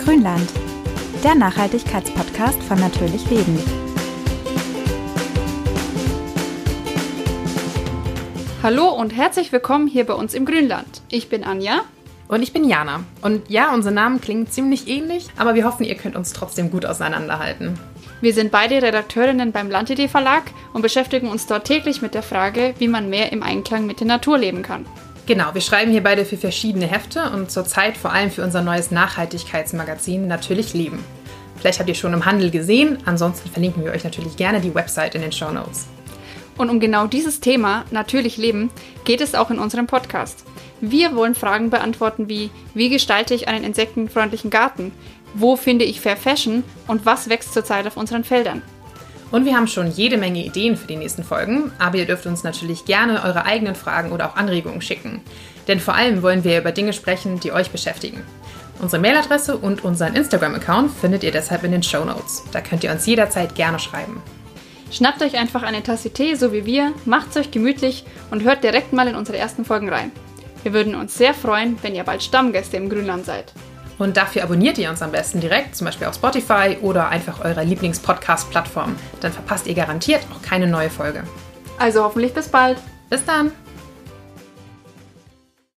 Grünland, der Nachhaltigkeitspodcast von Natürlich Leben. Hallo und herzlich willkommen hier bei uns im Grünland. Ich bin Anja. Und ich bin Jana. Und ja, unsere Namen klingen ziemlich ähnlich, aber wir hoffen, ihr könnt uns trotzdem gut auseinanderhalten. Wir sind beide Redakteurinnen beim Landidee Verlag und beschäftigen uns dort täglich mit der Frage, wie man mehr im Einklang mit der Natur leben kann. Genau, wir schreiben hier beide für verschiedene Hefte und zurzeit vor allem für unser neues Nachhaltigkeitsmagazin Natürlich Leben. Vielleicht habt ihr schon im Handel gesehen, ansonsten verlinken wir euch natürlich gerne die Website in den Shownotes. Und um genau dieses Thema, natürlich Leben, geht es auch in unserem Podcast. Wir wollen Fragen beantworten wie gestalte ich einen insektenfreundlichen Garten? Wo finde ich Fair Fashion? Und was wächst zurzeit auf unseren Feldern? Und wir haben schon jede Menge Ideen für die nächsten Folgen, aber ihr dürft uns natürlich gerne eure eigenen Fragen oder auch Anregungen schicken. Denn vor allem wollen wir über Dinge sprechen, die euch beschäftigen. Unsere Mailadresse und unseren Instagram-Account findet ihr deshalb in den Shownotes. Da könnt ihr uns jederzeit gerne schreiben. Schnappt euch einfach eine Tasse Tee, so wie wir, macht's euch gemütlich und hört direkt mal in unsere ersten Folgen rein. Wir würden uns sehr freuen, wenn ihr bald Stammgäste im Grünland seid. Und dafür abonniert ihr uns am besten direkt, zum Beispiel auf Spotify oder einfach eurer Lieblings-Podcast-Plattform. Dann verpasst ihr garantiert auch keine neue Folge. Also hoffentlich bis bald. Bis dann!